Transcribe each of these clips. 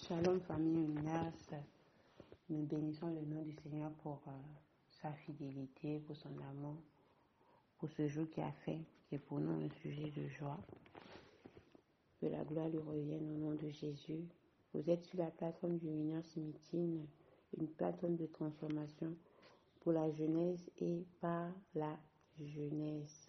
Shalom famille Luminas, nous bénissons le nom du Seigneur pour sa fidélité, pour son amour, pour ce jour qu'il a fait, qui est pour nous un sujet de joie. Que la gloire lui revienne au nom de Jésus. Vous êtes sur la plateforme du Luminas Meeting, une plateforme de transformation pour la jeunesse et par la jeunesse.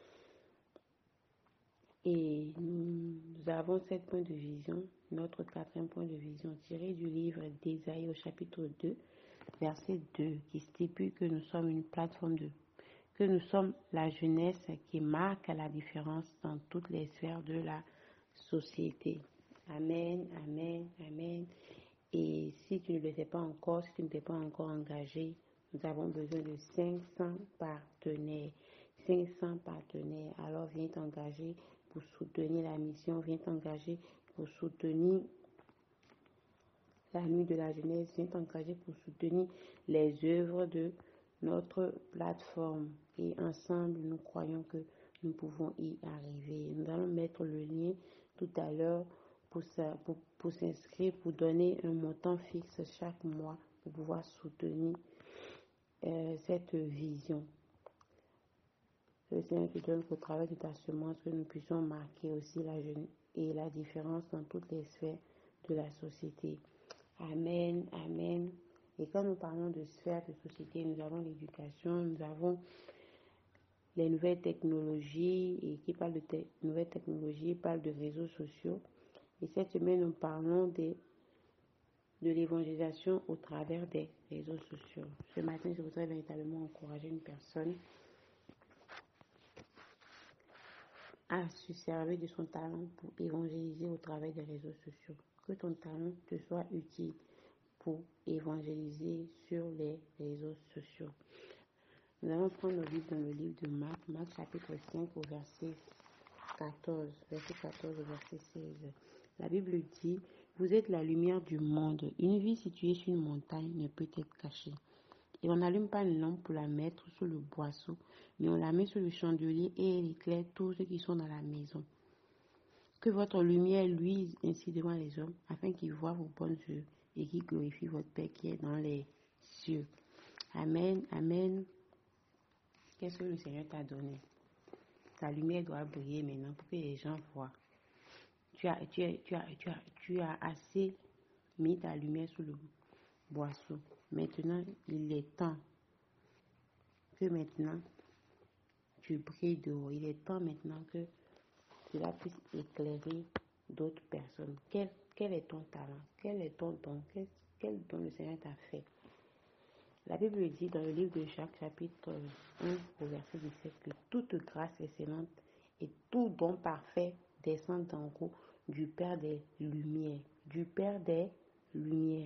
Et nous avons 7 points de vision, notre 4e point de vision tiré du livre d'Ésaïe au chapitre 2, verset 2, qui stipule que nous sommes une plateforme que nous sommes la jeunesse qui marque la différence dans toutes les sphères de la société. Amen, amen, amen. Et si tu ne le sais pas encore, si tu ne t'es pas encore engagé, nous avons besoin de 500 partenaires. 500 partenaires. Alors viens t'engager pour soutenir la mission, viens t'engager pour soutenir la nuit de la jeunesse, viens t'engager pour soutenir les œuvres de notre plateforme. Et ensemble, nous croyons que nous pouvons y arriver. Nous allons mettre le lien tout à l'heure pour s'inscrire, pour donner un montant fixe chaque mois pour pouvoir soutenir cette vision. Le Seigneur te donne qu'au travers de ta semence, que nous puissions marquer aussi la différence dans toutes les sphères de la société. Amen, amen. Et quand nous parlons de sphères de société, nous avons l'éducation, nous avons les nouvelles technologies, et qui parle de nouvelles technologies, parle de réseaux sociaux. Et cette semaine, nous parlons de l'évangélisation au travers des réseaux sociaux. Ce matin, je voudrais véritablement encourager une personne à se servir de son talent pour évangéliser au travers des réseaux sociaux. Que ton talent te soit utile pour évangéliser sur les réseaux sociaux. Nous allons prendre le livre dans le livre de Marc, chapitre 5 au verset 14 au verset 16. La Bible dit, vous êtes la lumière du monde. Une ville située sur une montagne ne peut être cachée. Et on n'allume pas une lampe pour la mettre sous le boisseau, mais on la met sur le chandelier et elle éclaire tous ceux qui sont dans la maison. Que votre lumière luise ainsi devant les hommes, afin qu'ils voient vos bonnes œuvres et qu'ils glorifient votre Père qui est dans les cieux. Amen, amen. Qu'est-ce que le Seigneur t'a donné? Ta lumière doit briller maintenant pour que les gens voient. Tu as assez mis ta lumière sous le boisseau. Maintenant, il est temps que maintenant tu brilles dehors. Il est temps maintenant que cela puisse éclairer d'autres personnes. Quel est ton talent? Quel est ton don? Quel don le Seigneur t'a fait? La Bible dit dans le livre de Jacques, chapitre 1, au verset 17, que toute grâce excellente et tout don parfait descend d'en haut du Père des Lumières. Du Père des Lumières.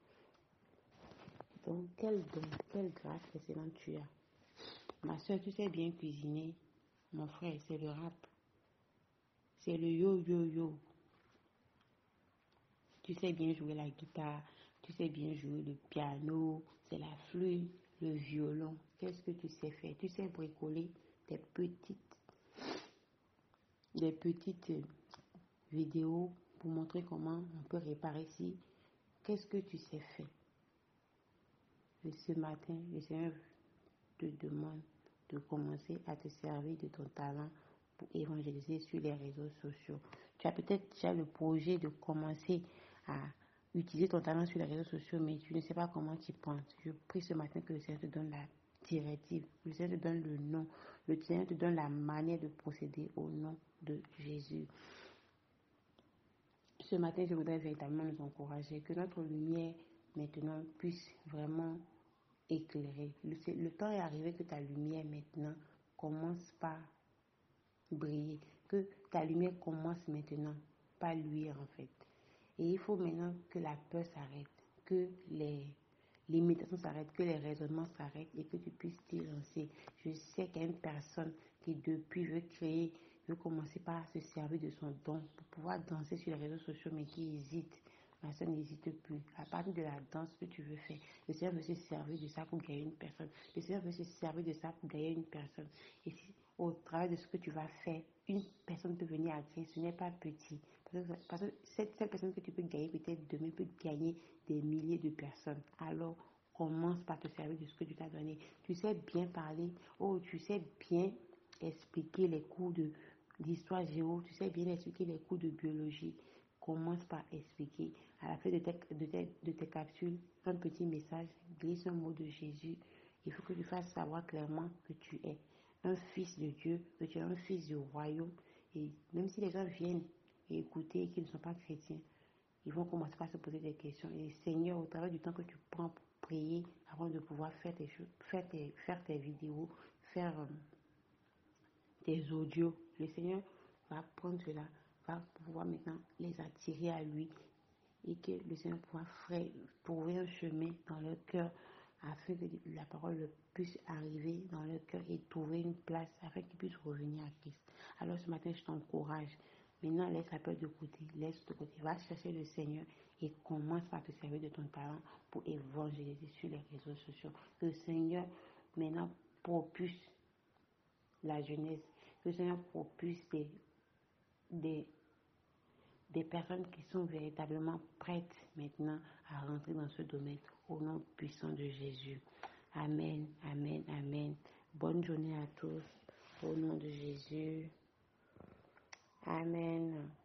Donc, quel don, quelle grâce excellente tu as. Ma soeur, tu sais bien cuisiner. Mon frère, c'est le rap. C'est le yo-yo-yo. Tu sais bien jouer la guitare. Tu sais bien jouer le piano. C'est la flûte, le violon. Qu'est-ce que tu sais faire? Tu sais bricoler des petites vidéos pour montrer comment on peut réparer ici. Qu'est-ce que tu sais faire? Et ce matin, le Seigneur te demande de commencer à te servir de ton talent pour évangéliser sur les réseaux sociaux. Tu as peut-être déjà le projet de commencer à utiliser ton talent sur les réseaux sociaux, mais tu ne sais pas comment tu penses. Je prie ce matin que le Seigneur te donne la directive, le Seigneur te donne le nom, le Seigneur te donne la manière de procéder au nom de Jésus. Ce matin, je voudrais véritablement nous encourager que notre lumière maintenant puisse vraiment éclairer. Le temps est arrivé que ta lumière maintenant commence par briller, que ta lumière commence maintenant par luire en fait. Et il faut maintenant que la peur s'arrête, que les limitations s'arrêtent, que les raisonnements s'arrêtent et que tu puisses t'y lancer. Je sais qu'il y a une personne qui depuis veut commencer par se servir de son don pour pouvoir danser sur les réseaux sociaux mais qui hésite. Ma soeur, n'hésite plus. À partir de la danse que tu veux faire, le Seigneur veut se servir de ça pour gagner une personne. Le Seigneur veut se servir de ça pour gagner une personne. Et si au travers de ce que tu vas faire, une personne peut venir à Christ, ce n'est pas petit. Parce que cette personne que tu peux gagner, peut-être demain, peut gagner des milliers de personnes. Alors, commence par te servir de ce que tu t'as donné. Tu sais bien parler, tu sais bien expliquer les cours d'histoire géo, tu sais bien expliquer les cours de biologie. Commence par expliquer. À la fin de tes capsules, un petit message, glisse un mot de Jésus. Il faut que tu fasses savoir clairement que tu es un fils de Dieu, que tu es un fils du royaume. Et même si les gens viennent écouter et qu'ils ne sont pas chrétiens, ils vont commencer par se poser des questions. Et Seigneur, au travers du temps que tu prends pour prier, avant de pouvoir faire tes choses, faire tes vidéos, faire tes audios, le Seigneur va prendre cela, va pouvoir maintenant les attirer à lui et que le Seigneur pourra trouver un chemin dans leur cœur afin que la parole puisse arriver dans leur cœur et trouver une place afin qu'ils puissent revenir à Christ. Alors ce matin, je t'encourage. Maintenant, laisse la peur de côté, laisse de côté, va chercher le Seigneur et commence par te servir de ton talent pour évangéliser sur les réseaux sociaux. Que le Seigneur maintenant propulse la jeunesse, que le Seigneur propulse des personnes qui sont véritablement prêtes maintenant à rentrer dans ce domaine au nom puissant de Jésus. Amen, amen, amen. Bonne journée à tous au nom de Jésus. Amen.